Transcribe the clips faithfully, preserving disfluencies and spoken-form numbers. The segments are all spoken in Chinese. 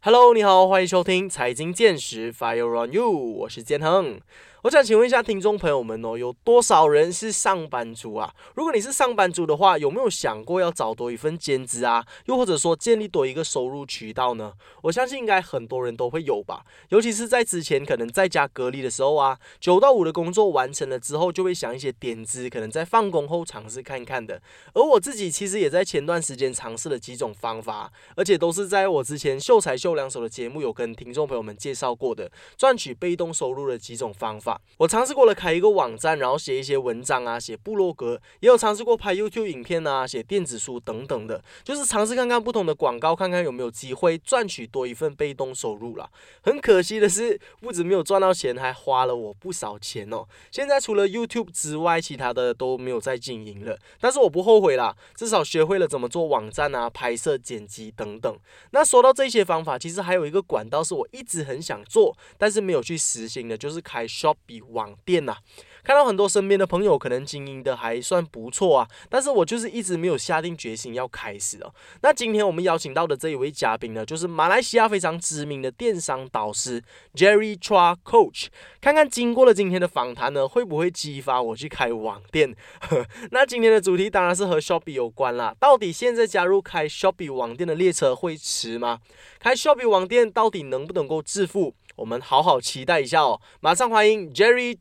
Hello，你好，欢迎收听财经见识 Fire on You，我是建亨。我想请问一下听众朋友们哦，有多少人是上班族啊？如果你是上班族的话，有没有想过要找多一份兼职啊？又或者说建立多一个收入渠道呢？我相信应该很多人都会有吧，尤其是在之前可能在家隔离的时候啊，九到五的工作完成了之后，就会想一些点子，可能在放工后尝试看看的。而我自己其实也在前段时间尝试了几种方法，而且都是在我之前秀才秀两手的节目有跟听众朋友们介绍过的，赚取被动收入的几种方法。我尝试过了开一个网站，然后写一些文章啊，写部落格，也有尝试过拍 YouTube 影片啊，写电子书等等的，就是尝试看看不同的广告，看看有没有机会赚取多一份被动收入啦。很可惜的是，不止没有赚到钱，还花了我不少钱哦。现在除了 YouTube 之外，其他的都没有再经营了，但是我不后悔啦，至少学会了怎么做网站啊、拍摄、剪辑等等。那说到这些方法，其实还有一个管道是我一直很想做，但是没有去实行的，就是开 Shopee 网店呐、啊。看到很多身边的朋友可能经营的还算不错啊，但是我就是一直没有下定决心要开始哦。那今天我们邀请到的这一位嘉宾呢，就是马来西亚非常知名的电商导师 Jerry Chua Coach。看看经过了今天的访谈呢，会不会激发我去开网店？那今天的主题当然是和 Shopee 有关啦。到底现在加入开 Shopee 网店的列车会迟吗？开 Shopee 网店到底能不能够致富？我们好好期待一下哦！马上欢迎 Jerry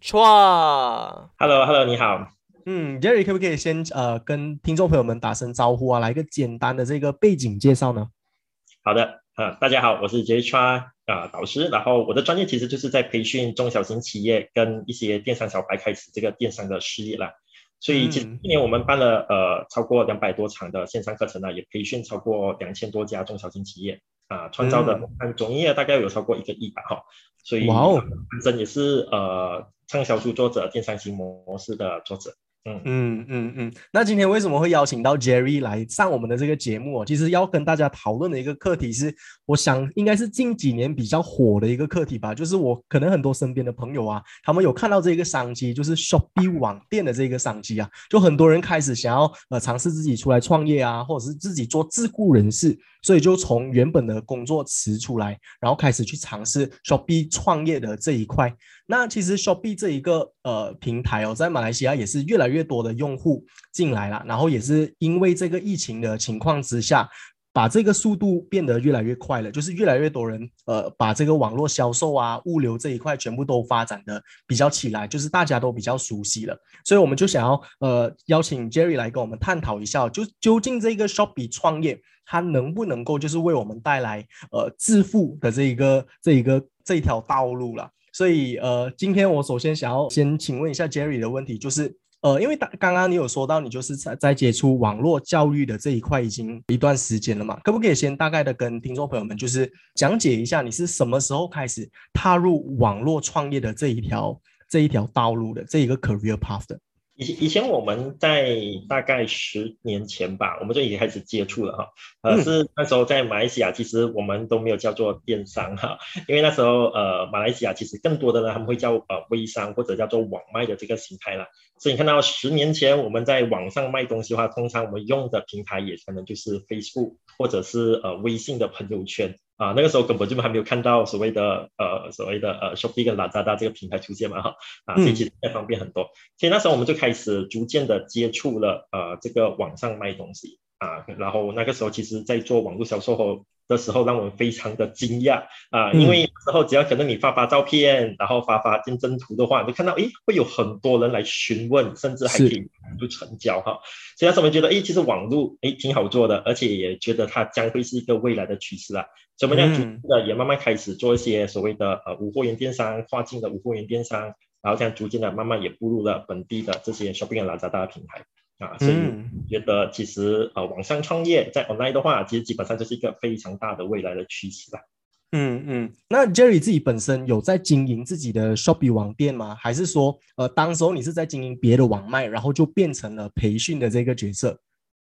Chua。 Hello，Hello，你好。 嗯，Jerry 可不可以先呃跟听众朋友们打声招呼啊，来一个简单的这个背景介绍呢？ 好的，呃，大家好，我是 J Chua 啊、呃、导师，然后我的专业其实就是在培训中小型企业跟一些电商小白开始这个电商的事业啦。所以其实嗯今年我们办了呃超过两百多场的线上课程呢，也培训超过两千多家中小型企业啊、呃创造的嗯， 按总营业大概有超过一个亿吧哈。所以呃哇哦， 本身也是呃畅销书作者、电商型模式的作者。嗯。 嗯嗯嗯，那今天为什么会邀请到 Jerry 来上我们的这个节目哦？其实要跟大家讨论的一个课题是，我想应该是近几年比较火的一个课题吧。就是我可能很多身边的朋友啊，他们有看到这个商机，就是 Shopee 网店的这个商机啊，就很多人开始想要呃尝试自己出来创业啊，或者是自己做自雇人士，所以就从原本的工作辞出来，然后开始去尝试 Shopee 创业的这一块。那其实 Shopee 这一个呃平台哦，在马来西亚也是越来越多的用户进来了，然后也是因为这个疫情的情况之下，把这个速度变得越来越快了，就是越来越多人呃把这个网络销售啊、物流这一块全部都发展的比较起来，就是大家都比较熟悉了，所以我们就想要呃邀请 Jerry 来跟我们探讨一下，就究竟这个 Shopee 创业它能不能够就是为我们带来呃致富的这一个这一个这一条道路了。所以呃，今天我首先想要先请问一下 Jerry 的问题，就是呃，因为刚刚你有说到你就是在在接触网络教育的这一块已经一段时间了嘛，可不可以先大概的跟听众朋友们就是讲解一下你是什么时候开始踏入网络创业的这一条这一条道路的这一个 career path 的？ 以以前我们在大概十年前吧，我们就已经开始接触了哈。呃， 嗯是那时候在马来西亚，其实我们都没有叫做电商哈，因为那时候呃马来西亚其实更多的呢他们会叫呃微商或者叫做网卖的这个形态啦。所以你看到十年前我们在网上卖东西的话，通常我们用的平台也可能就是 Facebook 或者是呃微信的朋友圈。啊，那个时候根本就还没有看到所谓的呃所谓的呃 Shopee 跟 Lazada 这个平台出现嘛哈。啊，所以其嗯实也方便很多。所以那时候我们就开始逐渐的接触了呃这个网上卖东西啊，然后那个时候其实在做网络销售后的时候，让我们非常的惊讶啊，因为嗯那时候只要可能你发发照片，然后发发见证图的话，你就看到诶会有很多人来询问，甚至还可是以就成交哈。所以那时候我们觉得诶其实网络诶挺好做的，而且也觉得它将会是一个未来的趋势啦。所以我们呢，逐渐嗯的也慢慢开始做一些所谓的呃无货源电商、跨境的无货源电商，然后这样逐渐的慢慢也步入了本地的这些 Shopping 和 Lazada 的平台啊，所以嗯。 觉得其实呃网上创业在 online 的话，其实基本上就是一个非常大的未来的趋势啦。 嗯嗯，那 Jerry 自己本身有在经营自己的 Shopee 网店吗？还是说，呃，当时候你是在经营别的网卖，然后就变成了培训的这个角色？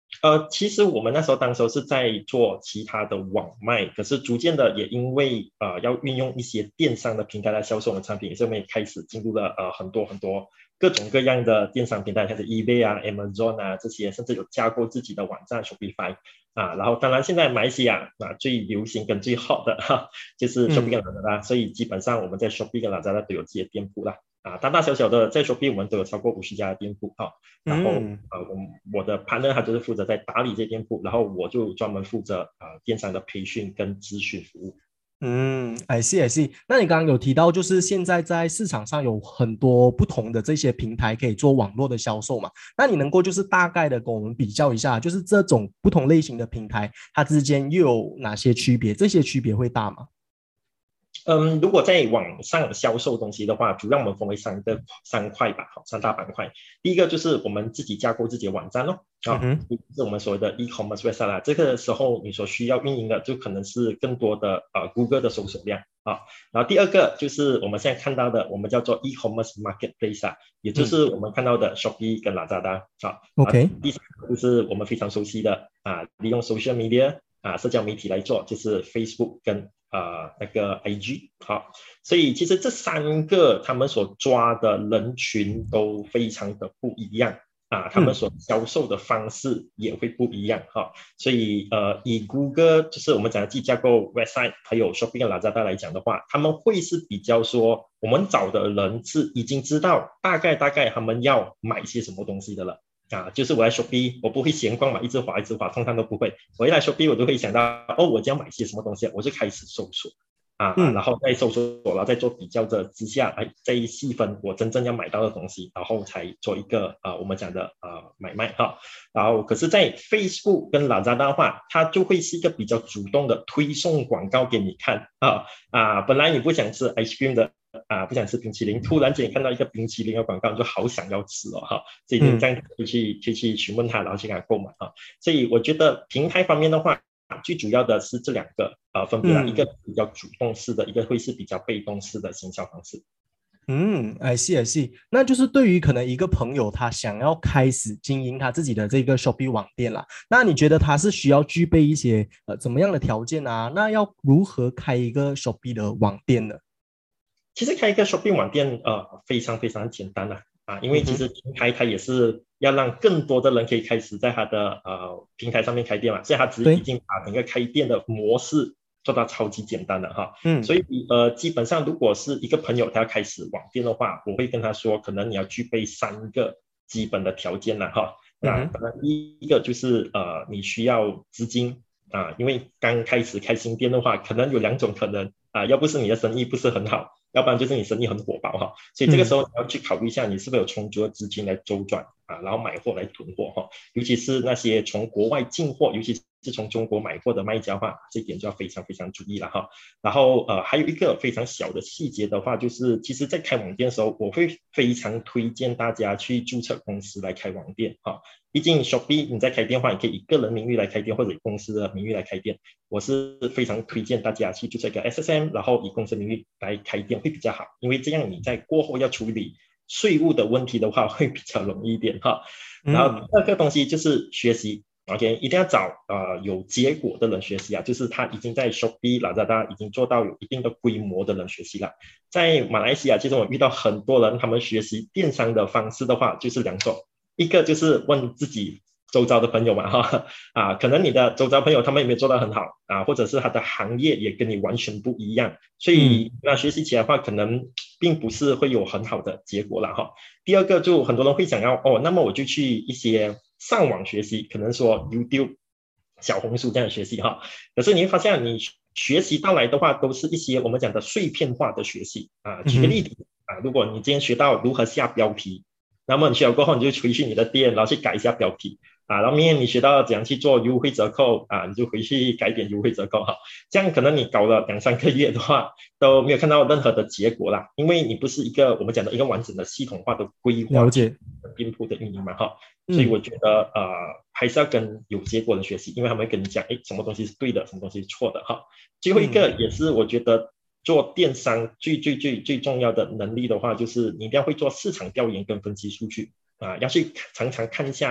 呃，其实我们那时候当时候是在做其他的网卖，可是逐渐的也因为呃要运用一些电商的平台来销售我们的产品，所以我们也开始进入了呃很多很多各种各样的电商平台，像是 eBay 啊、Amazon 啊这些，甚至有架构自己的网站 Shopify 啊。然后当然现在马来西亚啊最流行跟最 hot 的哈就是 Shopee 跟 Lazada，、嗯、所以基本上我们在 Shopee 跟 Lazada 都有自己的店铺啦。啊，大大小小的在 Shopee 我们都有超过五十家的店铺哈、啊，然后、嗯、呃我我的 partner 他就是负责在打理这些店铺，然后我就专门负责啊、呃、电商的培训跟咨询服务。 嗯，I see I see。那你刚刚有提到，就是现在在市场上有很多不同的这些平台可以做网络的销售嘛？那你能够就是大概的跟我们比较一下，就是这种不同类型的平台，它之间又有哪些区别？这些区别会大吗？ 嗯，如果在网上销售东西的话，主要我们分为三个三块吧，好，三大板块。第一个就是我们自己架构自己的网站咯，啊、嗯，是我们所谓的 e-commerce website 啦。这个时候你所需要运营的就可能是更多的呃 Google 的搜索量啊。然后第二个就是我们现在看到的，我们叫做 e-commerce marketplace 啊，也就是我们看到的 Shopee 跟 Lazada 啊。OK。第三个就是我们非常熟悉的啊，利用 social media 啊社交媒体来做，就是 Facebook 跟呃，那个 I G 好，所以其实这三个他们所抓的人群都非常的不一样啊，他们所销售的方式也会不一样哈、嗯，所以呃，以谷歌就是我们讲的自己架构 website 还有 Shopping 跟 Lazada 来讲的话，他们会是比较说我们找的人是已经知道大概大概他们要买些什么东西的了。啊，就是我来 Shopee， 我不会闲逛嘛，一直滑一直滑，通常都不会。我一来 Shopee， 我都会想到，哦，我将要买些什么东西，我就开始搜索啊，嗯、然后再搜索，然后再做比较的之下，哎，再细分我真正要买到的东西，然后才做一个呃我们讲的呃买卖哈。然后可是，在 Facebook 跟 Lazada 的话，它就会是一个比较主动的推送广告给你看啊啊，本来你不想吃 ice cream 的。啊，不想吃冰淇淋，突然间看到一个冰淇淋的广告，你就好想要吃哦，哈，所以你这样就去就去询问他，然后去给他购买啊。所以我觉得平台方面的话，最主要的是这两个呃分别啦、嗯，一个比较主动式的，一个会是比较被动式的行销方式。 嗯，I see I see，那就是对于可能一个朋友他想要开始经营他自己的这个 Shopee 网店啦，那你觉得他是需要具备一些呃怎么样的条件啊？那要如何开一个 Shopee 的网店呢？ 其实开一个 Shopee 网店呃非常非常简单啦、啊，啊，因为其实平台它也是要让更多的人可以开始在它的呃平台上面开店嘛，所以它只已经把整个开店的模式做到超级简单了哈。嗯，所以呃基本上如果是一个朋友他要开始网店的话，我会跟他说，可能你要具备三个基本的条件了哈。那可能第一个就是呃你需要资金啊，因为刚开始开新店的话，可能有两种可能啊，要不是你的生意不是很好。要不然就是你生意很火爆哈，所以这个时候你要去考虑一下，你是不是有充足的资金来周转啊，然后买货来囤货哈，尤其是那些从国外进货，尤其是从中国买货的卖家的话，这一点就要非常非常注意了哈。然后呃还有一个非常小的细节的话，就是其实在开网店的时候，我会非常推荐大家去注册公司来开网店哈。毕竟 Shopee 你在开店的话，你可以以个人名誉来开店，或者以公司的名誉来开店。我是非常推荐大家去注册一个 S S M， 然后以公司名义来开店会比较好，因为这样你在过后要处理税务的问题的话会比较容易一点哈。然后第二个东西就是学习。OK， 一定要找呃有结果的人学习啊，就是他已经在 Shopee、Lazada 已经做到有一定的规模的人学习了。在马来西亚，其实我遇到很多人，他们学习电商的方式的话，就是两种，一个就是问自己周遭的朋友嘛哈啊，可能你的周遭朋友他们也没有做到很好啊，或者是他的行业也跟你完全不一样，所以那学习起来的话，可能并不是会有很好的结果了哈。第二个就很多人会想要哦，那么我就去一些上网学习，可能说 YouTube、小红书这样的学习哈。可是你会发现，你学习到来的话，都是一些我们讲的碎片化的学习啊。举个例子啊，如果你今天学到如何下标题，那么你学了过后，你就回去你的店，然后去改一下标题啊。然后明天你学到怎样去做优惠折扣啊，你就回去改点优惠折扣哈。这样可能你搞了两三个月的话，都没有看到任何的结果啦，因为你不是一个我们讲的一个完整的系统化的规划店铺的运营嘛哈。所以我觉得呃还是要跟有结果的学习，因为他们会跟你讲，哎，什么东西是对的，什么东西是错的哈。最后一个也是我觉得做电商最最最最重要的能力的话，就是你一定要会做市场调研跟分析数据啊，要去常常看一下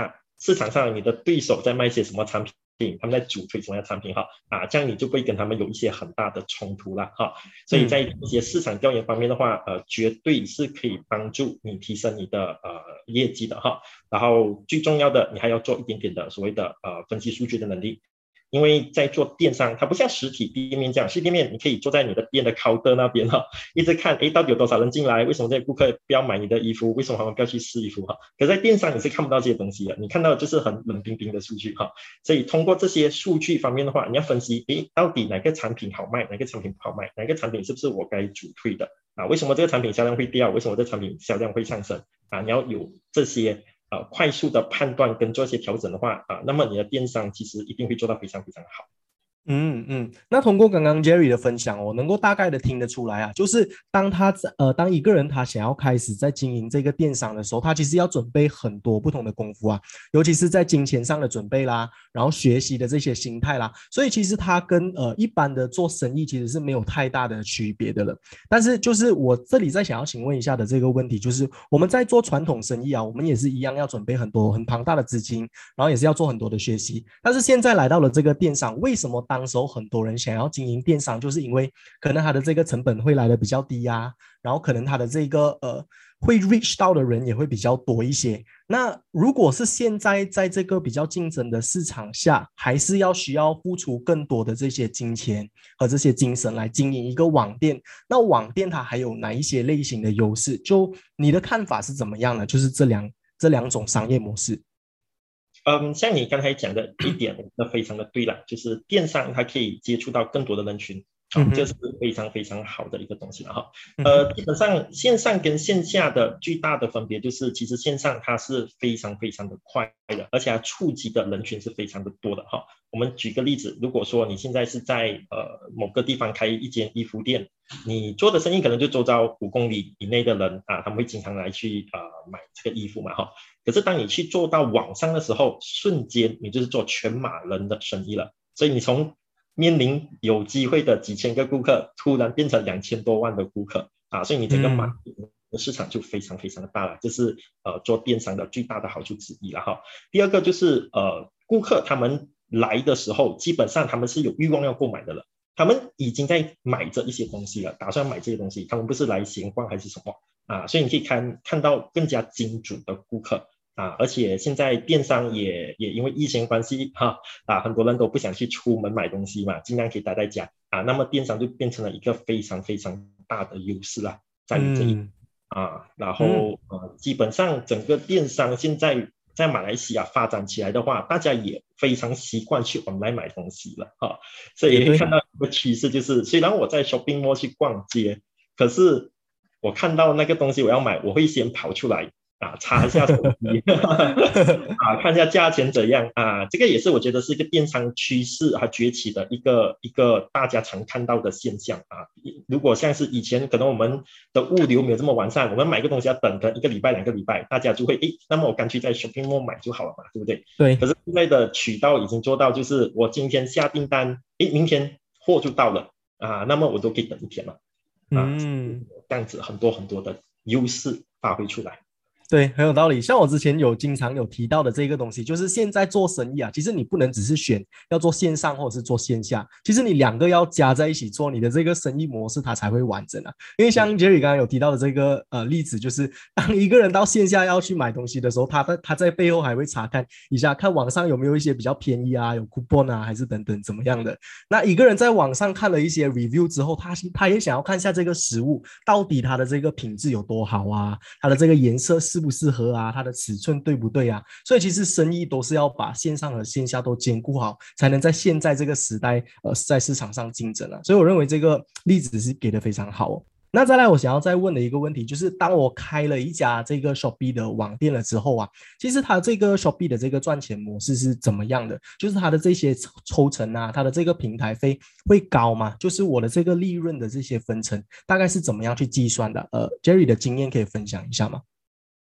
市场上你的对手在卖些什么产品，他们在主推什么样的产品哈啊，这样你就不会跟他们有一些很大的冲突了哈。所以在一些市场调研方面的话，呃，绝对是可以帮助你提升你的呃业绩的哈。然后最重要的，你还要做一点点的所谓的呃分析数据的能力。因为在做电商，它不像实体店面这样，实体店面你可以坐在你的店的 counter 那边哈，一直看，哎，到底有多少人进来？为什么这些顾客不要买你的衣服？为什么他们不要去试衣服哈？可在电商你是看不到这些东西的，你看到的就是很冷冰冰的数据哈。所以通过这些数据方面的话，你要分析，哎，到底哪个产品好卖，哪个产品不好卖，哪个产品是不是我该主推的啊？为什么这个产品销量会掉？为什么这个产品销量会上升啊？你要有这些。呃，快速的判断跟做一些调整的话啊，那么你的电商其实一定会做到非常非常好。 嗯嗯，那通过刚刚 Jerry 的分享，我能够大概的听得出来啊，就是当他呃当一个人他想要开始在经营这个电商的时候，他其实要准备很多不同的功夫啊，尤其是在金钱上的准备啦，然后学习的这些心态啦，所以其实他跟呃一般的做生意其实是没有太大的区别的了。但是就是我这里在想要请问一下的这个问题，就是我们在做传统生意啊，我们也是一样要准备很多很庞大的资金，然后也是要做很多的学习，但是现在来到了这个电商，为什么当时候很多人想要经营电商，就是因为可能他的这个成本会来的比较低啊，然后可能他的这个呃会 reach 到的人也会比较多一些。那如果是现在在这个比较竞争的市场下，还是要需要付出更多的这些金钱和这些精神来经营一个网店，那网店它还有哪一些类型的优势？就你的看法是怎么样呢？就是这两这两种商业模式。 嗯，像你刚才讲的一点，那非常的对了，就是电商它可以接触到更多的人群，啊，这是非常非常好的一个东西了哈。呃，基本上线上跟线下的最大的分别就是，其实线上它是非常非常的快的，而且它触及的人群是非常的多的哈。我们举个例子，如果说你现在是在呃某个地方开一间衣服店，你做的生意可能就周遭五公里以内的人啊，他们会经常来去呃买这个衣服嘛哈。可是当你去做到网上的时候，瞬间你就是做全马人的生意了。所以你从面临有机会的几千个顾客，突然变成两千多万的顾客啊，所以你整个马的市场就非常非常的大了，这是呃做电商的最大的好处之一了哈。第二个就是呃顾客他们来的时候，基本上他们是有欲望要购买的了。他们已经在买着一些东西了，打算买这些东西，他们不是来闲逛还是什么啊？所以你可以看看到更加精准的顾客啊，而且现在电商也也因为疫情关系哈啊，很多人都不想去出门买东西嘛，尽量可以待在家啊，那么电商就变成了一个非常非常大的优势啦，在于这一、嗯、啊，然后呃，基本上整个电商现在在马来西亚发展起来的话，大家也非常习惯去 online 买东西了哈，所以看到一个趋势就是，虽然我在 shopping mall 去逛街，可是我看到那个东西我要买，我会先跑出来啊，查一下手机啊，看一下价钱怎样啊，这个也是我觉得是一个电商趋势啊崛起的一个一个大家常看到的现象啊。如果像是以前可能我们的物流没有这么完善，我们买个东西要等个一个礼拜两个礼拜，大家就会诶，那么我干脆在 shopping mall 买就好了嘛，对不对？ 对。 可是现在的渠道已经做到，就是我今天下订单，诶，明天货就到了啊，那么我都可以等一天了啊，嗯，这样子很多很多的优势发挥出来。 对，很有道理。像我之前有经常有提到的这个东西，就是现在做生意啊，其实你不能只是选要做线上或者是做线下，其实你两个要加在一起做，你的这个生意模式它才会完整啊。因为像 Jerry 刚刚有提到的这个呃例子，就是当一个人到线下要去买东西的时候，他在他在背后还会查看一下，看网上有没有一些比较便宜啊，有 coupon 啊，还是等等怎么样的。那一个人在网上看了一些 review 之后，他他也想要看一下这个食物到底它的这个品质有多好啊，它的这个颜色是不适合啊，它的尺寸对不对啊？所以其实生意都是要把线上和线下都兼顾好，才能在现在这个时代呃在市场上竞争啊。所以我认为这个例子是给的非常好哦。那再来我想要再问的一个问题就是，当我开了一家这个 Shopee 的网店了之后啊，其实它这个 Shopee 的这个赚钱模式是怎么样的？就是它的这些抽成啊，它的这个平台费会高吗？就是我的这个利润的这些分成大概是怎么样去计算的？呃 Jerry 的经验可以分享一下吗？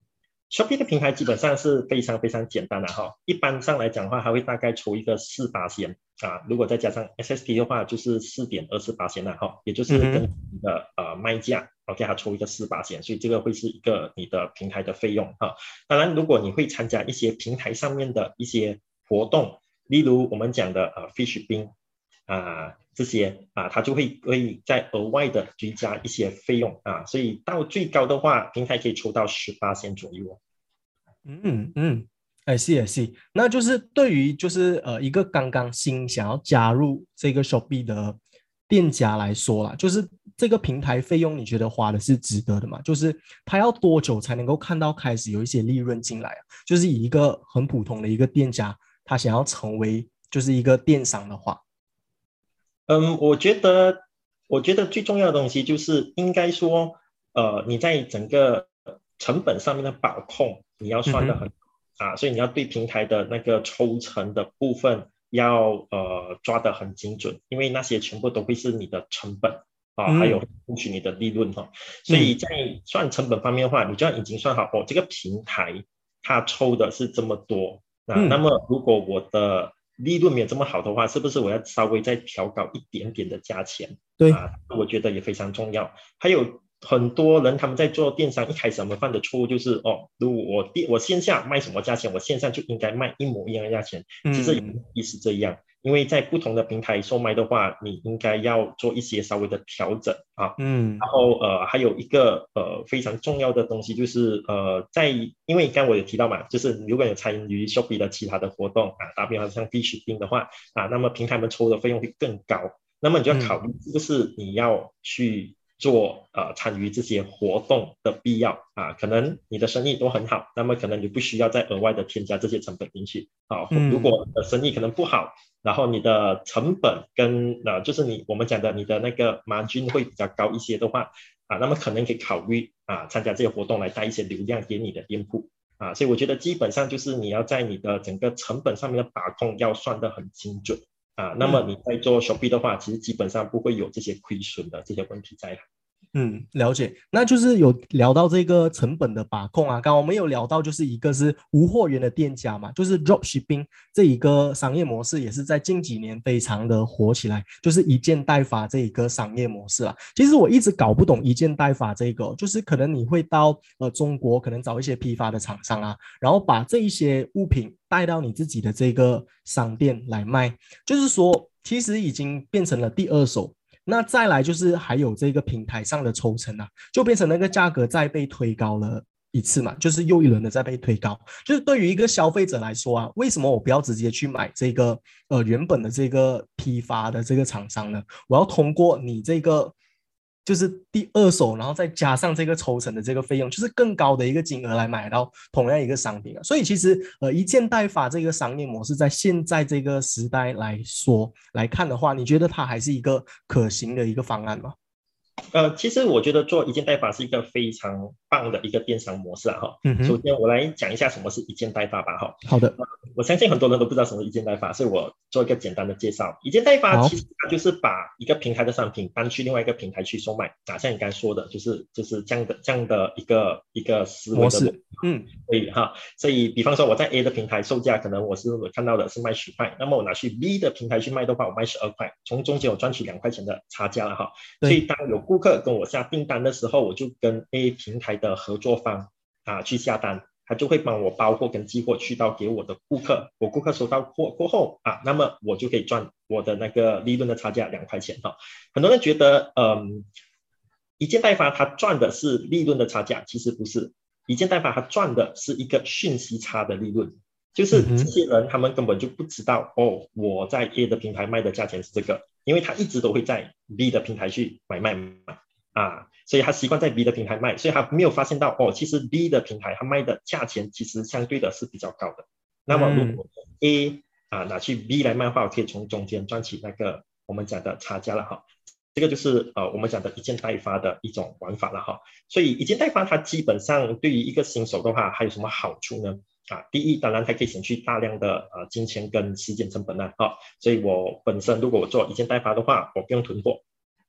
Shopee 的平台基本上是非常非常简单的哈，一般上来讲的话，它会大概抽一个四八仙啊，如果再加上 S S T 的话，就是四点二四八仙了哈，也就是跟你的、嗯、呃卖价 ，OK， 它抽一个四八仙，所以这个会是一个你的平台的费用哈。当然，如果你会参加一些平台上面的一些活动，例如我们讲的呃 free shipping 啊这些啊，它就会会再额外的追加一些费用啊，所以到最高的话，平台可以抽到十八仙左右哦。 嗯嗯，I see I see，那就是对于就是呃一个刚刚新想要加入这个 Shopee 的店家来说啦，就是这个平台费用你觉得花的是值得的吗？就是他要多久才能够看到开始有一些利润进来啊？就是以一个很普通的一个店家，他想要成为就是一个电商的话。 嗯，我觉得，我觉得最重要的东西就是应该说，呃，你在整个成本上面的把控，你要算得很、嗯、啊，所以你要对平台的那个抽成的部分要呃抓得很精准，因为那些全部都会是你的成本啊，还有获取你的利润哈、哦。所以在算成本方面的话，你就要已经算好哦，这个平台它抽的是这么多啊，那么如果我的利润没有这么好的话，是不是我要稍微再调高一点点的价钱？ 对啊，我觉得也非常重要。还有很多人他们在做电商，一开始他们犯的错误就是哦，如果我店我线下卖什么价钱，我线上就应该卖一模一样的价钱。其实也是这样，因为在不同的平台售卖的话，你应该要做一些稍微的调整啊。嗯，然后呃还有一个呃非常重要的东西就是呃在因为刚刚我有提到嘛，就是如果有参与 Shopee 的其他的活动啊，打比方像 free shipping 的话啊，那么平台们抽的费用会更高。那么你就要考虑是不是你要去做呃参与这些活动的必要啊？可能你的生意都很好，那么可能你不需要再额外的添加这些成本进去啊。如果你的生意可能不好，然后你的成本跟呃就是你我们讲的你的那个 margin 会比较高一些的话啊，那么可能可以考虑啊参加这些活动来带一些流量给你的店铺啊。所以我觉得基本上就是你要在你的整个成本上面的把控要算得很精准。啊，那么你在做 Shopee 的话，其实基本上不会有这些亏损的这些问题在。 嗯，了解。那就是有聊到这个成本的把控啊，刚刚我们有聊到，就是一个是无货源的店家嘛，就是 dropshipping 这一个商业模式也是在近几年非常的火起来，就是一件代发这一个商业模式啊。其实我一直搞不懂一件代发这个，就是可能你会到呃中国，可能找一些批发的厂商啊，然后把这一些物品带到你自己的这个商店来卖，就是说其实已经变成了第二手。那再来就是还有这个平台上的抽成啊，就变成那个价格再被推高了一次嘛，就是又一轮的再被推高。就是对于一个消费者来说啊，为什么我不要直接去买这个呃原本的这个批发的这个厂商呢？我要通过你这个就是第二手，然后再加上这个抽成的这个费用，就是更高的一个金额来买到同样一个商品啊。所以其实呃一件代发这个商业模式，在现在这个时代来说来看的话，你觉得它还是一个可行的一个方案吗？ 呃，其实我觉得做一件代发是一个非常棒的一个电商模式啊哈。嗯、首先我来讲一下什么是一件代发吧哈。 好的、 呃，我相信很多人都不知道什么是一件代发，所以我做一个简单的介绍。一件代发其实它就是把一个平台的商品搬去另外一个平台去售卖，啊，像你刚才说的，就是就是这样的这样的一个一个思维的模式。嗯，所以哈，所以比方说我在 A 的平台售价可能我是我看到的是卖十块，那么我拿去 B 的平台去卖的话，我卖十二块，从中间我赚取两块钱的差价了哈。所以当有顾客跟我下订单的时候，我就跟 A 平台的合作方啊去下单，他就会帮我包货跟寄货去到给我的顾客，我顾客收到货过后啊，那么我就可以赚我的那个利润的差价两块钱哈。很多人觉得嗯，一件代发他赚的是利润的差价，其实不是，一件代发他赚的是一个讯息差的利润。就是这些人他们根本就不知道哦，我在 A 的平台卖的价钱是这个，因为他一直都会在 B 的平台去买卖啊，所以他习惯在 B 的平台卖，所以他没有发现到哦，其实 B 的平台他卖的价钱其实相对的是比较高的。那么如果 A 啊拿去 B 来卖的话，我可以从中间赚取那个我们讲的差价了哈。这个就是呃我们讲的一件代发的一种玩法了哈。所以一件代发它基本上对于一个新手的话，还有什么好处呢？啊，第一，当然它可以省去大量的呃金钱跟时间成本啦，啊，所以我本身如果我做一件代发的话，我不用囤货，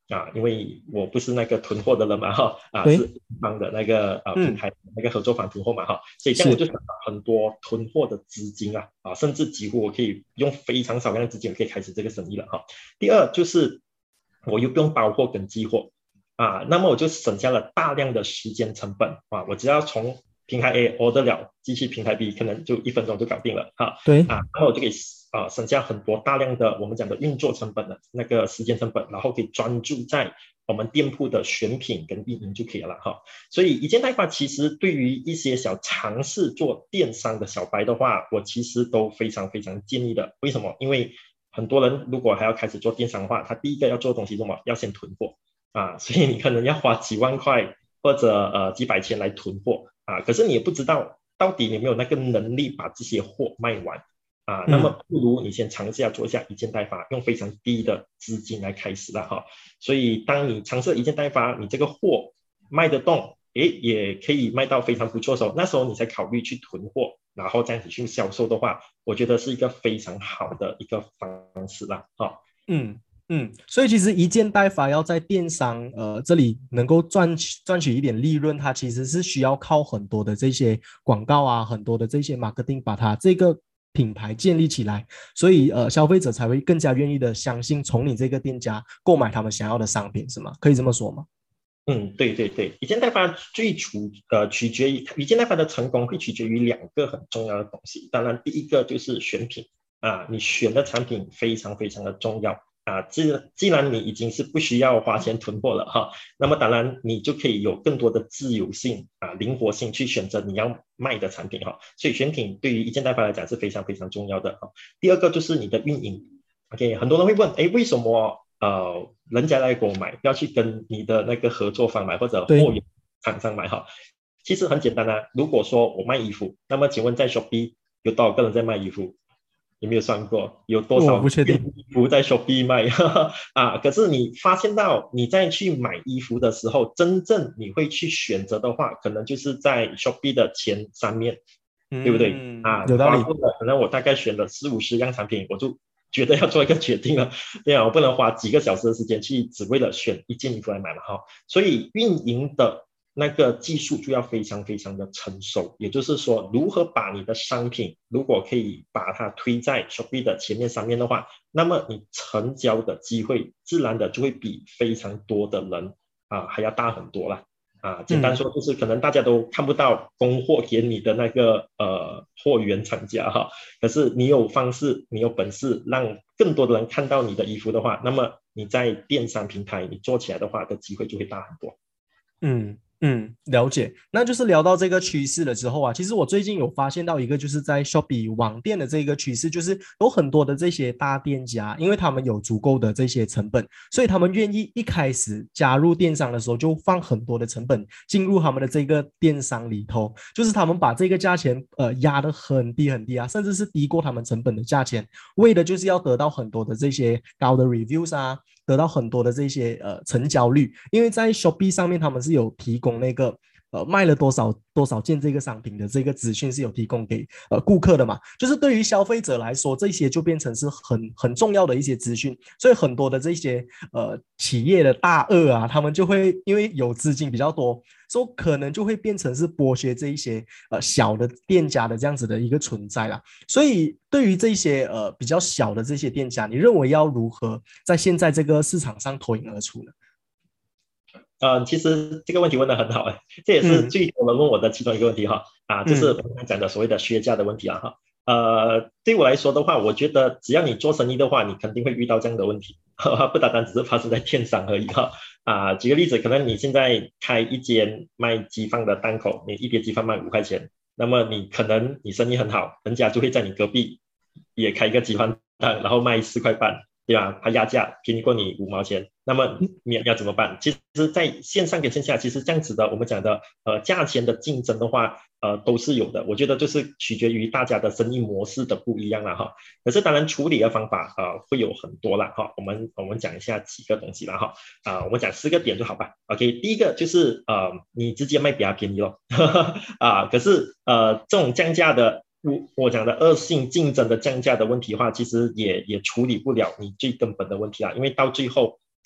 啊，因为我不是那个囤货的人嘛哈，啊对， 是一方的那个呃平嗯， 台、那个合作方囤货嘛哈，所以这样我是， 就省了很多囤货的资金啊啊，甚至几乎我可以用非常少量的资金可以开始这个生意了哈。第二就是我又不用包货跟寄货啊，那么我就省下了大量的时间成本啊，我只要从平台 A order 了，寄去平台 B 可能就一分钟就搞定了哈对， 啊，那么我就可以啊、呃省下很多大量的我们讲的运作成本的那个时间成本，然后可以专注在我们店铺的选品跟运营就可以了哈。所以一件代发其实对于一些想尝试做电商的小白的话，我其实都非常非常建议的。为什么？因为很多人如果还要开始做电商的话，他第一个要做的东西是什么？要先囤货啊，所以你可能要花几万块或者呃几百千来囤货啊，可是你也不知道到底你有没有那个能力把这些货卖完。啊，那么不如你先尝试下做一下一件代发，用非常低的资金来开始了哈。所以当你尝试一件代发，你这个货卖得动，诶，也可以卖到非常不错的时候，那时候你才考虑去囤货，然后这样子去销售的话，我觉得是一个非常好的一个方式啦，哈。 嗯嗯，所以其实一件代发要在电商呃这里能够赚取赚取一点利润，它其实是需要靠很多的这些广告啊，很多的这些 marketing 把它这个品牌建立起来，所以呃消费者才会更加愿意的相信从你这个店家购买他们想要的商品，是吗？可以这么说吗？ 嗯，对对对，一件代发最主呃取决于一件代发的成功会取决于两个很重要的东西。当然，第一个就是选品啊，你选的产品非常非常的重要啊。既既然你已经是不需要花钱囤货了哈，那么当然你就可以有更多的自由性啊、灵活性去选择你要卖的产品哈。所以选品对于一件代发来讲是非常非常重要的哈。第二个就是你的运营。OK，很多人会问，哎，为什么呃，人家来给我买，要去跟你的那个合作方买或者货对， 源厂商买哈。其实很简单啊，如果说我卖衣服，那么请问在 Shopee 有多少个人在卖衣服？有没有算过有多我少件不确定。 衣服在 Shopee 卖啊？可是你发现到你在去买衣服的时候，真正你会去选择的话，可能就是在 Shopee 的前三面，对不对嗯， 啊？你有道理。 花过了，可能我大概选了四五十样产品，我就觉得要做一个决定了，对啊，我不能花几个小时的时间去只为了选一件衣服来买嘛哈。所以运营的那个技术就要非常非常的成熟，也就是说，如何把你的商品如果可以把它推在 Shopee 的前面上面的话，那么你成交的机会自然的就会比非常多的人啊还要大很多了。啊，简单嗯说就是可能大家都看不到供货给你的那个呃货源厂家哈，可是你有方式，你有本事让更多的人看到你的衣服的话，那么你在电商平台你做起来的话的机会就会大很多。 嗯嗯，了解。那就是聊到这个趋势了之后啊，其实我最近有发现到一个，就是在 Shopee 网店的这个趋势，就是有很多的这些大店家，因为他们有足够的这些成本，所以他们愿意一开始加入电商的时候就放很多的成本进入他们的这个电商里头，就是他们把这个价钱呃压得很低很低啊，甚至是低过他们成本的价钱，为的就是要得到很多的这些高的 reviews 啊，得到很多的这些呃成交率，因为在 Shopee 上面他们是有提供那个呃卖了多少多少件这个商品的这个资讯是有提供给呃顾客的嘛，就是对于消费者来说，这些就变成是很很重要的一些资讯，所以很多的这些呃企业的大鳄啊，他们就会因为有资金比较多，所以可能就会变成是剥削这一些呃小的店家的这样子的一个存在啦。所以对于这些呃比较小的这些店家，你认为要如何在现在这个市场上脱颖而出呢？ 呃，其实这个问题问得很好哎，这也是嗯最多人问我的其中一个问题哈啊，就是嗯我们讲的所谓的削价的问题啊哈。呃，对我来说的话，我觉得只要你做生意的话，你肯定会遇到这样的问题，呵呵不单单只是发生在电商而已哈。啊，举个例子，可能你现在开一间卖鸡饭的档口，你一碟鸡饭卖五块钱，那么你可能你生意很好，人家就会在你隔壁也开一个鸡饭档，然后卖四块半，对吧？他压价便宜过你五毛钱，那么你要怎么办？其实，在线上跟线下，其实这样子的，我们讲的呃价钱的竞争的话，呃都是有的。我觉得就是取决于大家的生意模式的不一样了哈。可是当然处理的方法呃会有很多了哈。我们我们讲一下几个东西了哈。啊、呃，我们讲四个点就好吧。OK，第一个就是呃你直接卖比较便宜咯。啊，可是呃这种降价的。我我讲的恶性竞争的降价的问题的话，其实也也处理不了你最根本的问题啊，因为到最后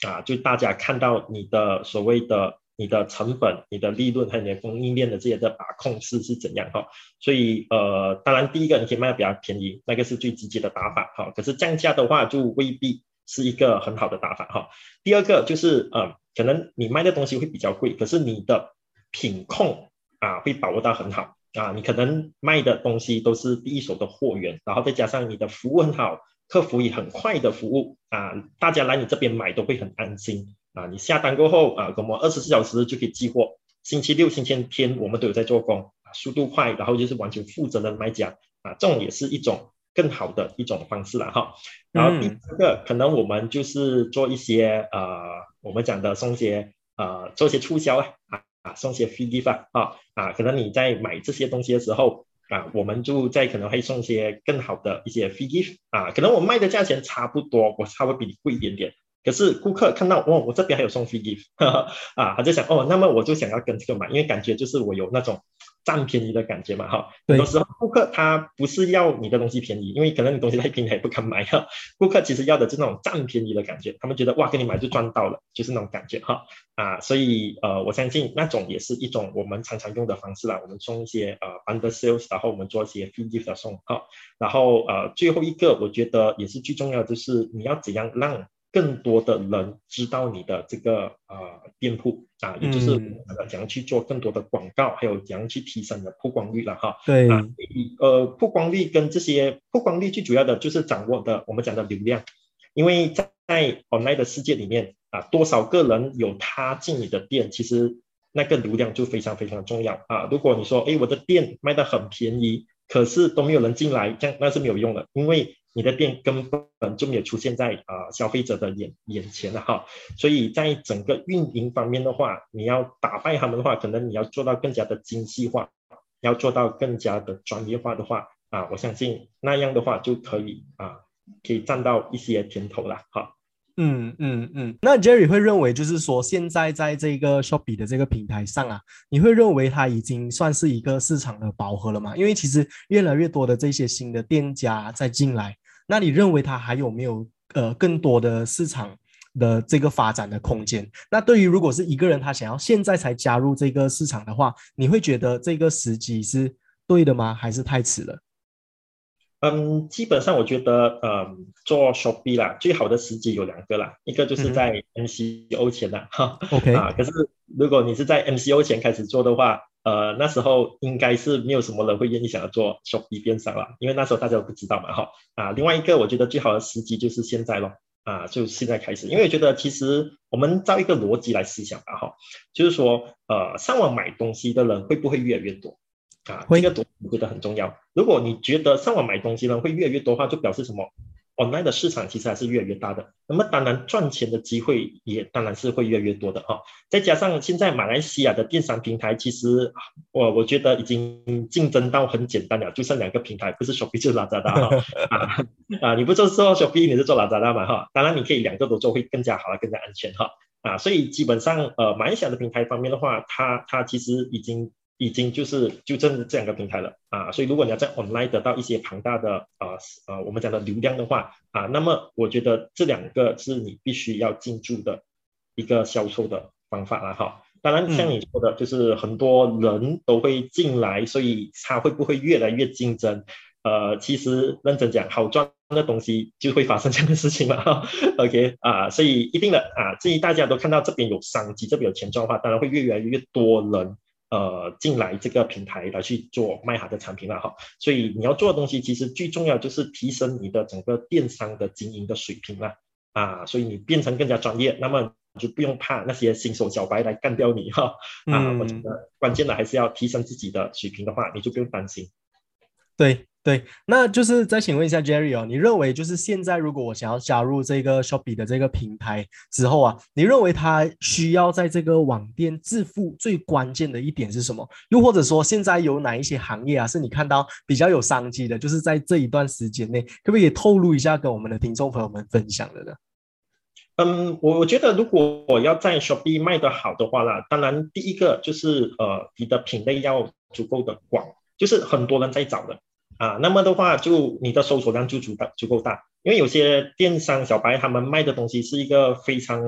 啊，就大家看到你的所谓的你的成本、你的利润和你的供应链的这些的把控是是怎样哈。所以呃，当然第一个你可以卖的比较便宜，那个是最直接的打法哈。可是降价的话就未必是一个很好的打法哈。第二个就是呃，可能你卖的东西会比较贵，可是你的品控啊会把握到很好啊，你可能卖的东西都是第一手的货源，然后再加上你的服务很好，客服也很快的服务啊，大家来你这边买都会很安心啊。你下单过后啊，跟我二十四小时就可以寄货，星期六、星期天我们都有在做工啊，速度快，然后就是完全负责的卖家啊，这种也是一种更好的一种方式了哈。然后第三个、嗯、可能我们就是做一些呃，我们讲的送些呃，做一些促销啊。啊，送些 free gift 啊，啊，可能你在买这些东西的时候啊，我们就在可能会送些更好的一些 free gift 啊，可能我卖的价钱差不多，我稍微比你贵一点点，可是顾客看到哦，我这边还有送 free gift 呵呵啊，他就想哦，那么我就想要跟这个买，因为感觉就是我有那种占便宜的感觉嘛哈。很多时候顾客他不是要你的东西便宜，因为可能你东西太便宜也不敢买哈。顾客其实要的是那种占便宜的感觉，他们觉得哇，跟你买就赚到了，就是那种感觉哈。啊，所以呃，我相信那种也是一种我们常常用的方式啦。我们送一些呃 under sales， 然后我们做一些 free gift 的送哈。然后呃，最后一个我觉得也是最重要的，就是你要怎样让更多的人知道你的这个呃店铺啊，也就是怎样去做更多的广告，还有怎样去提升你的曝光率了哈。 对， 啊，呃，曝光率跟这些曝光率最主要的就是掌握的我们讲的流量，因为在在 online 的世界里面啊，多少个人有他进你的店，其实那个流量就非常非常重要啊。如果你说，哎，我的店卖得很便宜，可是都没有人进来，这样那是没有用的，因为你的店根本就没有出现在啊、呃、消费者的眼眼前了哈。所以在整个运营方面的话，你要打败他们的话，可能你要做到更加的精细化，要做到更加的专业化的话啊，我相信那样的话就可以啊。可以占到一些甜头啦，哈。 嗯嗯嗯，那 Jerry 会认为，就是说，现在在这个 Shopee 的这个平台上啊，你会认为它已经算是一个市场的饱和了吗？因为其实越来越多的这些新的店家在进来，那你认为它还有没有呃更多的市场的这个发展的空间？那对于如果是一个人他想要现在才加入这个市场的话，你会觉得这个时机是对的吗？还是太迟了？ 嗯，基本上我觉得，嗯，做 Shopee 啦，最好的时机有两个啦，一个就是在 M C O 前啦，哈、嗯、 ，OK 啊，可是如果你是在 M C O 前开始做的话，呃，那时候应该是没有什么人会愿意想要做 Shopee 电商啦，因为那时候大家都不知道嘛，哈啊，另外一个我觉得最好的时机就是现在咯，啊，就现在开始，因为我觉得其实我们照一个逻辑来思想吧，哈，就是说，呃，上网买东西的人会不会越来越多？啊，这个我觉得很重要。如果你觉得上网买东西呢会越来越多的话，就表示什么 ？online 的市场其实还是越来越大的。那么当然赚钱的机会也当然是会越来越多的哈、哦。再加上现在马来西亚的电商平台，其实我我觉得已经竞争到很简单了，就剩两个平台，不是 Shopee 就是 Lazada 哈、哦、啊啊！你不做做 Shopee， 你是做 Lazada 嘛哈？当然你可以两个都做，会更加好，更加安全哈啊！所以基本上呃马来西亚的平台方面的话，它它其实已经。已经就是就这这两个平台了啊，所以如果你要在 online 得到一些庞大的呃呃我们讲的流量的话啊，那么我觉得这两个是你必须要进驻的一个销售的方法啦哈。当然像你说的，就是很多人都会进来，所以它会不会越来越竞争？呃，其实认真讲，好赚的东西就会发生这样的事情嘛。OK 啊，所以一定的啊，至于大家都看到这边有商机，这边有钱赚的话，当然会越来越多人。呃，进来这个平台来去做卖好的产品了哈，所以你要做的东西其实最重要就是提升你的整个电商的经营的水平啦啊，所以你变成更加专业，那么就不用怕那些新手小白来干掉你哈啊，我觉得关键的还是要提升自己的水平的话，你就不用担心。 对对，那就是再请问一下 Jerry 哦，你认为就是现在如果我想要加入这个 Shopee 的这个平台之后啊，你认为它需要在这个网店致富最关键的一点是什么？又或者说现在有哪一些行业啊是你看到比较有商机的，就是在这一段时间内，可不可以透露一下跟我们的听众朋友们分享的呢？ 嗯，我觉得如果我要在 Shopee 卖得好的话啦，当然第一个就是呃你的品类要足够的广，就是很多人在找的。啊，那么的话，就你的搜索量就足大足够大，因为有些电商小白他们卖的东西是一个非常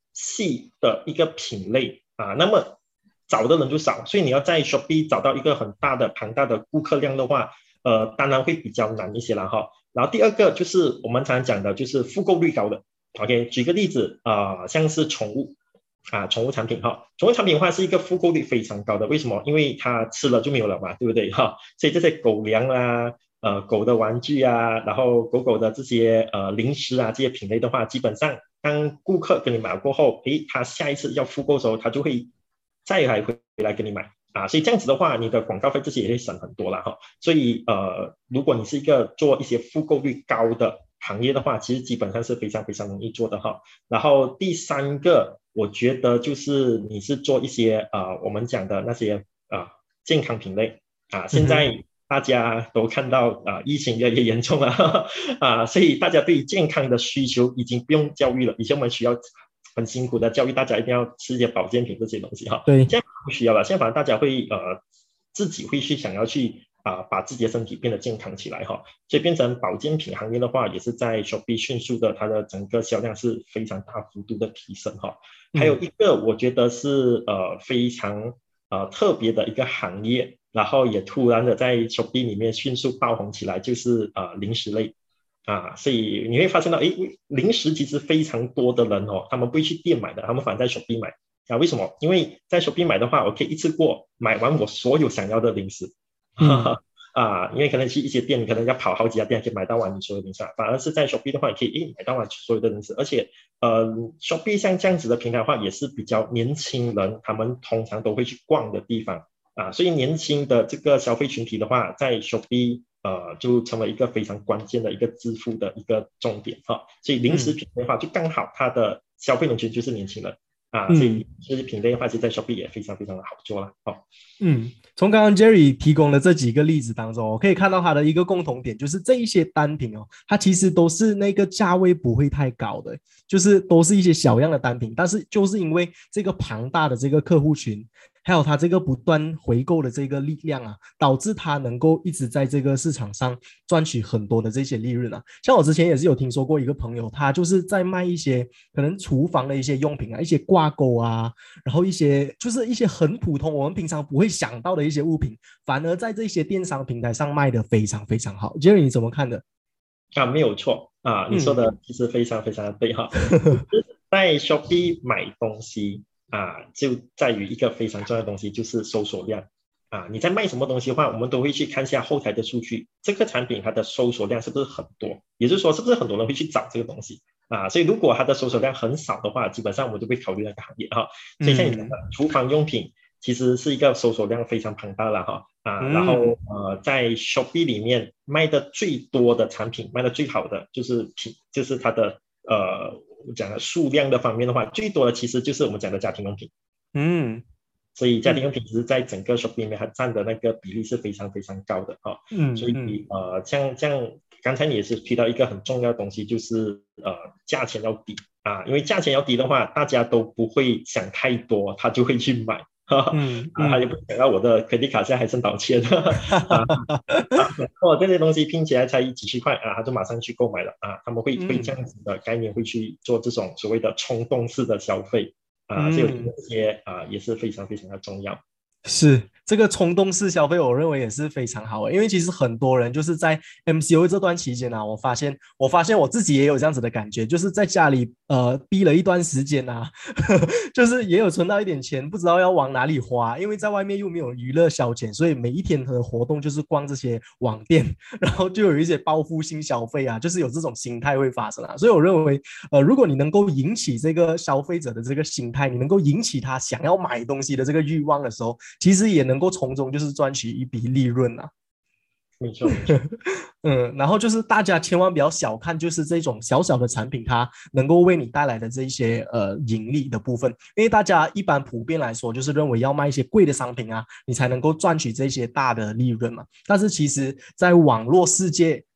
细的一个品类啊，那么找的人就少，所以你要在 Shopee 找到一个很大的庞大的顾客量的话，呃，当然会比较难一些了哈。然后第二个就是我们常常讲的，就是复购率高的。OK， 举个例子啊、呃，像是宠物啊，宠物产品哈，宠物产品的话是一个复购率非常高的，为什么？因为它吃了就没有了嘛，对不对哈？所以这些狗粮啊，呃，狗的玩具啊，然后狗狗的这些呃零食啊，这些品类的话，基本上当顾客跟你买过后，诶，他下一次要复购的时候，他就会再来回来跟你买。啊，所以这样子的话，你的广告费这些也会省很多了哈。所以呃，如果你是一个做一些复购率高的行业的话，其实基本上是非常非常容易做的哈。然后第三个，我觉得就是你是做一些呃我们讲的那些啊、呃、健康品类啊，现在大家都看到啊、呃、疫情越来越严重了啊，所以大家对健康的需求已经不用教育了，以前我们需要很辛苦的教育大家一定要吃一些保健品这些东西哈， 对， 现在不需要了，现在反而大家会呃自己会去想要去啊、呃、把自己的身体变得健康起来哈，所以变成保健品行业的话，也是在 Shopee 迅速的它的整个销量是非常大幅度的提升哈。还有一个我觉得是呃非常呃特别的一个行业，然后也突然的在 Shopee 里面迅速爆红起来，就是呃零食类。啊，所以你会发现到，诶，零食其实非常多的人哦，他们不会去店买的，他们反而在 Shopee 买啊。为什么？因为在 Shopee 买的话，我可以一次过买完我所有想要的零食，嗯、啊，因为可能去一些店，你可能要跑好几家店可以买到完你所有的零食，反而是在 Shopee 的话，你可以诶买到完所有的零食，而且呃 ，Shopee 像这样子的平台的话，也是比较年轻人他们通常都会去逛的地方啊，所以年轻的这个消费群体的话，在 Shopee。呃，就成为一个非常关键的一个支付的一个重点哈，所以零食品类的话，就刚好它的消费人群就是年轻人啊，所以零食品类的话，其实在 Shopee 也非常非常的好做了哦。 嗯，从刚刚 Jerry 提供的这几个例子当中，我可以看到它的一个共同点，就是这一些单品哦，它其实都是那个价位不会太高的，就是都是一些小样的单品，但是就是因为这个庞大的这个客户群，还有它这个不断回购的这个力量啊，导致它能够一直在这个市场上赚取很多的这些利润啊。像我之前也是有听说过一个朋友，他就是在卖一些可能厨房的一些用品啊，一些挂钩啊，然后一些就是一些很普通我们平常不会想到的一些物品，反而在这些电商平台上卖的非常非常好。Jerry 你怎么看的？ 啊，没有错啊，你说的其实非常非常的对哈。在 Shopee 买东西啊，就在于一个非常重要的东西，就是搜索量啊。你在卖什么东西的话，我们都会去看一下后台的数据，这个产品它的搜索量是不是很多，也就是说是不是很多人会去找这个东西啊。所以如果它的搜索量很少的话，基本上我们就会考虑那个行业哈。所以像你讲的厨房用品，其实是一个搜索量非常庞大了哈啊，然后呃，在 Shopee 里面卖的最多的产品，卖的最好的就是品，就是它的呃讲的数量的方面的话，最多的其实就是我们讲的家庭用品，嗯，所以家庭用品其实在整个 Shopee 里面它占的那个比例是非常非常高的哈，嗯，所以呃像像刚才你也是提到一个很重要的东西，就是呃价钱要低啊，因为价钱要低的话，大家都不会想太多，他就会去买。嗯啊，他也不想到我的 credit 卡现在还剩多少钱啊，哦，这些东西拼起来才几十块啊，他就马上去购买了啊，他们会会这样子的概念会去做这种所谓的冲动式的消费啊，所以这些啊也是非常非常的重要。 是这个冲动式消费，我认为也是非常好的，因为其实很多人就是在 M C O 这段期间啊，我发现我发现我自己也有这样子的感觉，就是在家里呃逼了一段时间啊，呵呵就是也有存到一点钱，不知道要往哪里花，因为在外面又没有娱乐消遣，所以每一天的活动就是逛这些网店，然后就有一些报复性消费啊，就是有这种心态会发生啊，所以我认为呃，如果你能够引起这个消费者的这个心态，你能够引起他想要买东西的这个欲望的时候，其实也能够从中就是赚取一笔利润啊。 没错， 嗯，然后就是大家千万不要小看，就是这种小小的产品，它能够为你带来的这一些呃盈利的部分。因为大家一般普遍来说，就是认为要卖一些贵的商品啊，你才能够赚取这些大的利润嘛。但是其实，在网络世界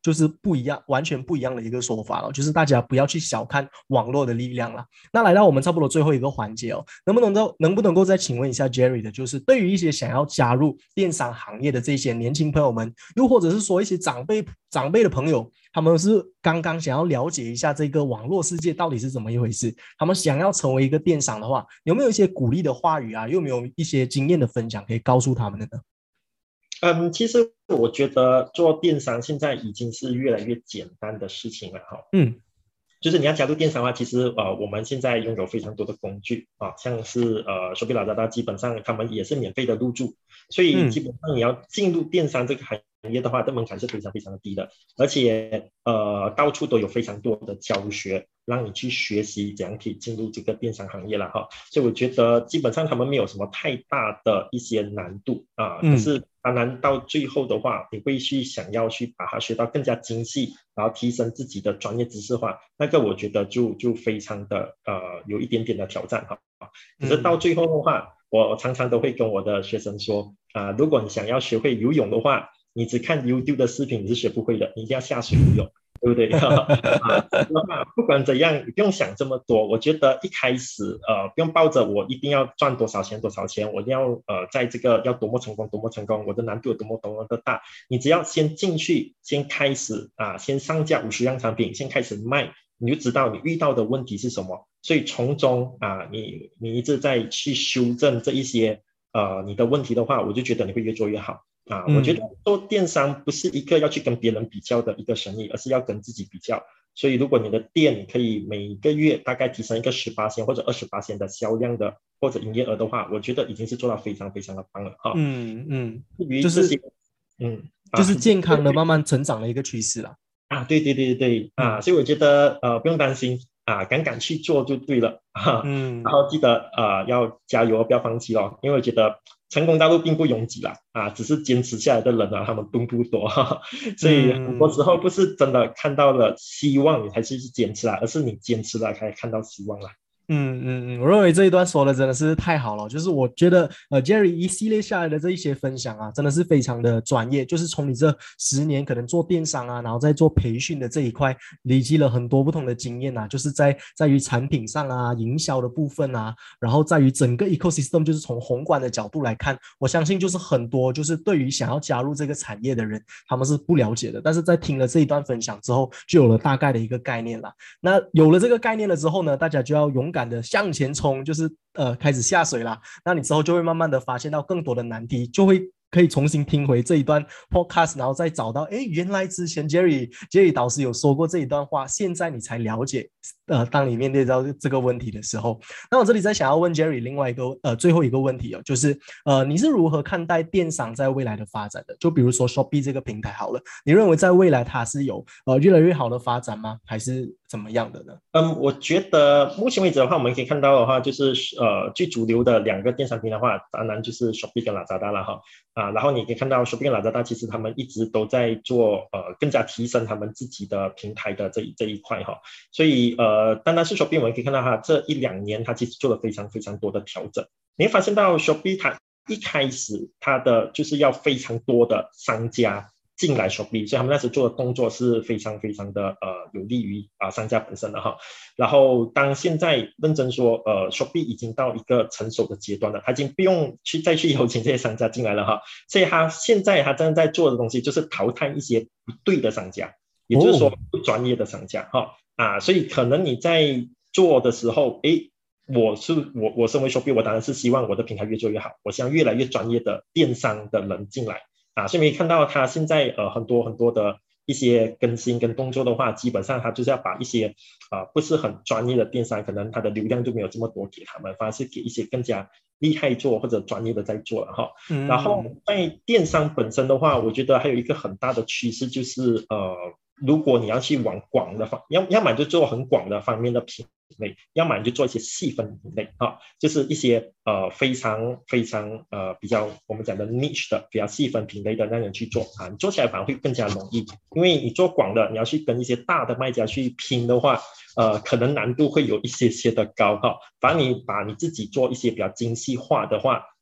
就是不一样，完全不一样的一个说法了，就是大家不要去小看网络的力量了。那来到我们差不多最后一个环节哦，能不能够能不能够再请问一下 Jerry 的，就是对于一些想要加入电商行业的这些年轻朋友们，又或者是说一些长辈长辈的朋友，他们是刚刚想要了解一下这个网络世界到底是怎么一回事，他们想要成为一个电商的话，有没有一些鼓励的话语啊？有没有一些经验的分享可以告诉他们的呢？ 嗯，其实我觉得做电商现在已经是越来越简单的事情了哈。 嗯， 就是你要加入电商的话，其实呃我们现在拥有非常多的工具啊，像是呃 Shopee Lazada 基本上他们也是免费的入驻，所以基本上你要进入电商这个行业的话，这门槛是非常非常的低的，而且呃到处都有非常多的教学，让你去学习怎样可以进入这个电商行业了哈。所以我觉得基本上他们没有什么太大的一些难度啊，可是当然到最后的话，你会去想要去把它学到更加精细，然后提升自己的专业知识化，那个我觉得就就非常的呃有一点点的挑战哈。可是到最后的话，我常常都会跟我的学生说啊、呃，如果你想要学会游泳的话，你只看 YouTube 的视频你是学不会的，你一定要下水游泳。对不对？啊，不管怎样，你不用想这么多。我觉得一开始，呃，不用抱着我一定要赚多少钱多少钱，我一定要呃，在这个要多么成功多么成功，我的难度有多么多么的大。你只要先进去，先开始啊，先上架五十样产品，先开始卖，你就知道你遇到的问题是什么。所以从中啊，你你一直在去修正这一些呃你的问题的话，我就觉得你会越做越好。啊，我觉得做电商不是一个要去跟别人比较的一个生意，而是要跟自己比较。所以如果你的店可以每个月大概提升一个 百分之十 或者 百分之二十 的销量的或者营业额的话，我觉得已经是做到非常非常的棒了哈。 嗯嗯， 至于这些， 嗯，就是健康的慢慢成长的一个趋势啦。 啊，对对对对啊，所以我觉得呃不用担心啊，敢敢去做就对了啊。嗯，然后记得啊要加油，不要放弃哦，因为我觉得成功道路并不拥挤啦，啊，只是坚持下来的人啊，他们并不多，哈，所以很多时候不是真的看到了希望你才去坚持啦，而是你坚持了才看到希望啦。 嗯嗯嗯，我认为这一段说的真的是太好了，就是我觉得呃 Jerry 一系列下来的这一些分享啊，真的是非常的专业，就是从你这十年可能做电商啊，然后在做培训的这一块，累积了很多不同的经验啊，就是在在于产品上啊、营销的部分啊，然后在于整个 ecosystem， 就是从宏观的角度来看，我相信就是很多就是对于想要加入这个产业的人，他们是不了解的，但是在听了这一段分享之后，就有了大概的一个概念了。那有了这个概念了之后呢，大家就要勇敢的向前冲，就是呃开始下水啦。那你之后就会慢慢的发现到更多的难题，就会可以重新听回这一段 podcast， 然后再找到，哎，原来之前 Jerry Jerry 导师有说过这一段话，现在你才了解。呃，当你面对到这个问题的时候，那我这里再想要问 Jerry 另外一个呃最后一个问题哦，就是呃你是如何看待电商在未来的发展的？就比如说 Shopee 这个平台好了，你认为在未来它是有呃越来越好的发展吗？还是怎么样的呢？ 嗯，我觉得目前为止的话，我们可以看到的话，就是呃最主流的两个电商平台的话，当然就是 Shopee 跟 Lazada 了哈。啊，然后你可以看到 Shopee 跟 Lazada 其实他们一直都在做呃更加提升他们自己的平台的这一这一块哈。所以呃，单单是 Shopee 我们可以看到它这一两年它其实做了非常非常多的调整。你会发现到 Shopee 它一开始它的就是要非常多的商家进来 Shopee， 所以他们那时做的动作是非常非常的呃有利于啊、呃、商家本身的哈。然后当现在认真说，呃 Shopee 已经到一个成熟的阶段了，他已经不用去再去邀请这些商家进来了哈。所以他现在他正在做的东西就是淘汰一些不对的商家，也就是说不专业的商家哈、哦、啊，所以可能你在做的时候，诶。我是我我身为 Shopee， 我当然是希望我的平台越做越好，我希望越来越专业的电商的人进来啊，所以你可以看到他现在呃很多很多的一些更新跟动作的话，基本上他就是要把一些啊、呃、不是很专业的电商，可能他的流量就没有这么多给他们，反而是给一些更加厉害做或者专业的在做了哈。嗯、然后在电商本身的话，我觉得还有一个很大的趋势就是呃。如果你要去往广的方，要要么就做很广的方面的品类，要么就做一些细分品类啊，就是一些呃非常非常呃比较我们讲的 niche 的比较细分品类的那样去做啊，你做起来反而会更加容易，因为你做广的，你要去跟一些大的卖家去拼的话，呃可能难度会有一些些的高哈，反而你把你自己做一些比较精细化的话。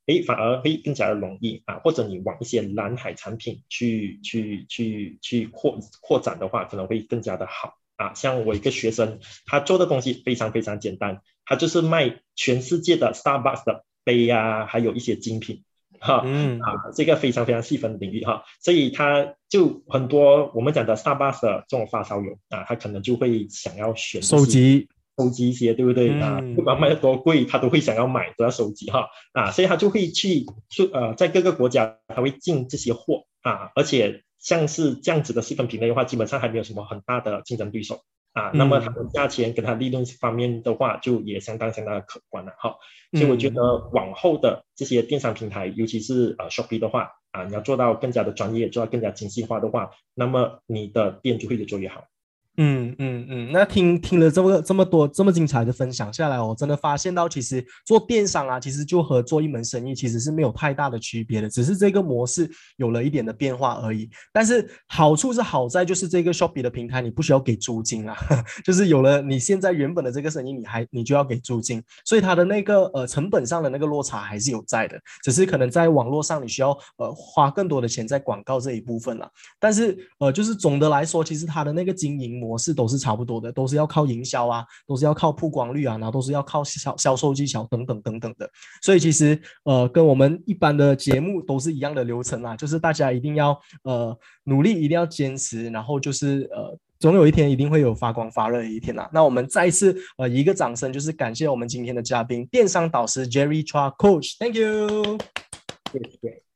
诶，反而会更加的容易啊，或者你往一些蓝海产品去去去去扩扩展的话，可能会更加的好啊。像我一个学生，他做的东西非常非常简单，他就是卖全世界的 Starbucks 的杯啊，还有一些精品。哈嗯啊，这个非常非常细分的领域哈，所以他就很多我们讲的 Starbucks 的这种发烧友啊，他可能就会想要选这些收集， 收集一些，对不对啊？不嗯管卖的多贵，他都会想要买，都要收集哈啊，所以他就会去去呃，在各个国家他会进这些货啊，而且像是这样子的细分品类的话，基本上还没有什么很大的竞争对手啊，那么它嗯的价钱跟它利润方面的话，就也相当相当的可观了哈。所以我觉嗯。 得往后的这些电商平台，尤其是呃 Shopee 的话啊，你要做到更加的专业，做到更加精细化的话，那么你的店就会越做越好。 嗯嗯嗯，那听听了这么这么多这么精彩的分享下来，我真的发现到，其实做电商啊，其实就和做一门生意其实是没有太大的区别的，只是这个模式有了一点的变化而已。但是好处是好在就是这个 Shopee 的平台，你不需要给租金啊，就是有了你现在原本的这个生意，你还你就要给租金，所以它的那个呃成本上的那个落差还是有在的，只是可能在网络上你需要呃花更多的钱在广告这一部分了。但是呃，就是总的来说，其实它的那个经营模式都是差不多的，都是要靠营销啊，都是要靠曝光率啊，然后都是要靠销销售技巧等等等等的。所以其实呃，跟我们一般的节目都是一样的流程啊，就是大家一定要呃努力，一定要坚持，然后就是呃。总有一天一定会有发光发热的一天啦。那我们再次呃一个掌声，就是感谢我们今天的嘉宾，电商导师 Jerry Chua Coach，Thank you。 对对。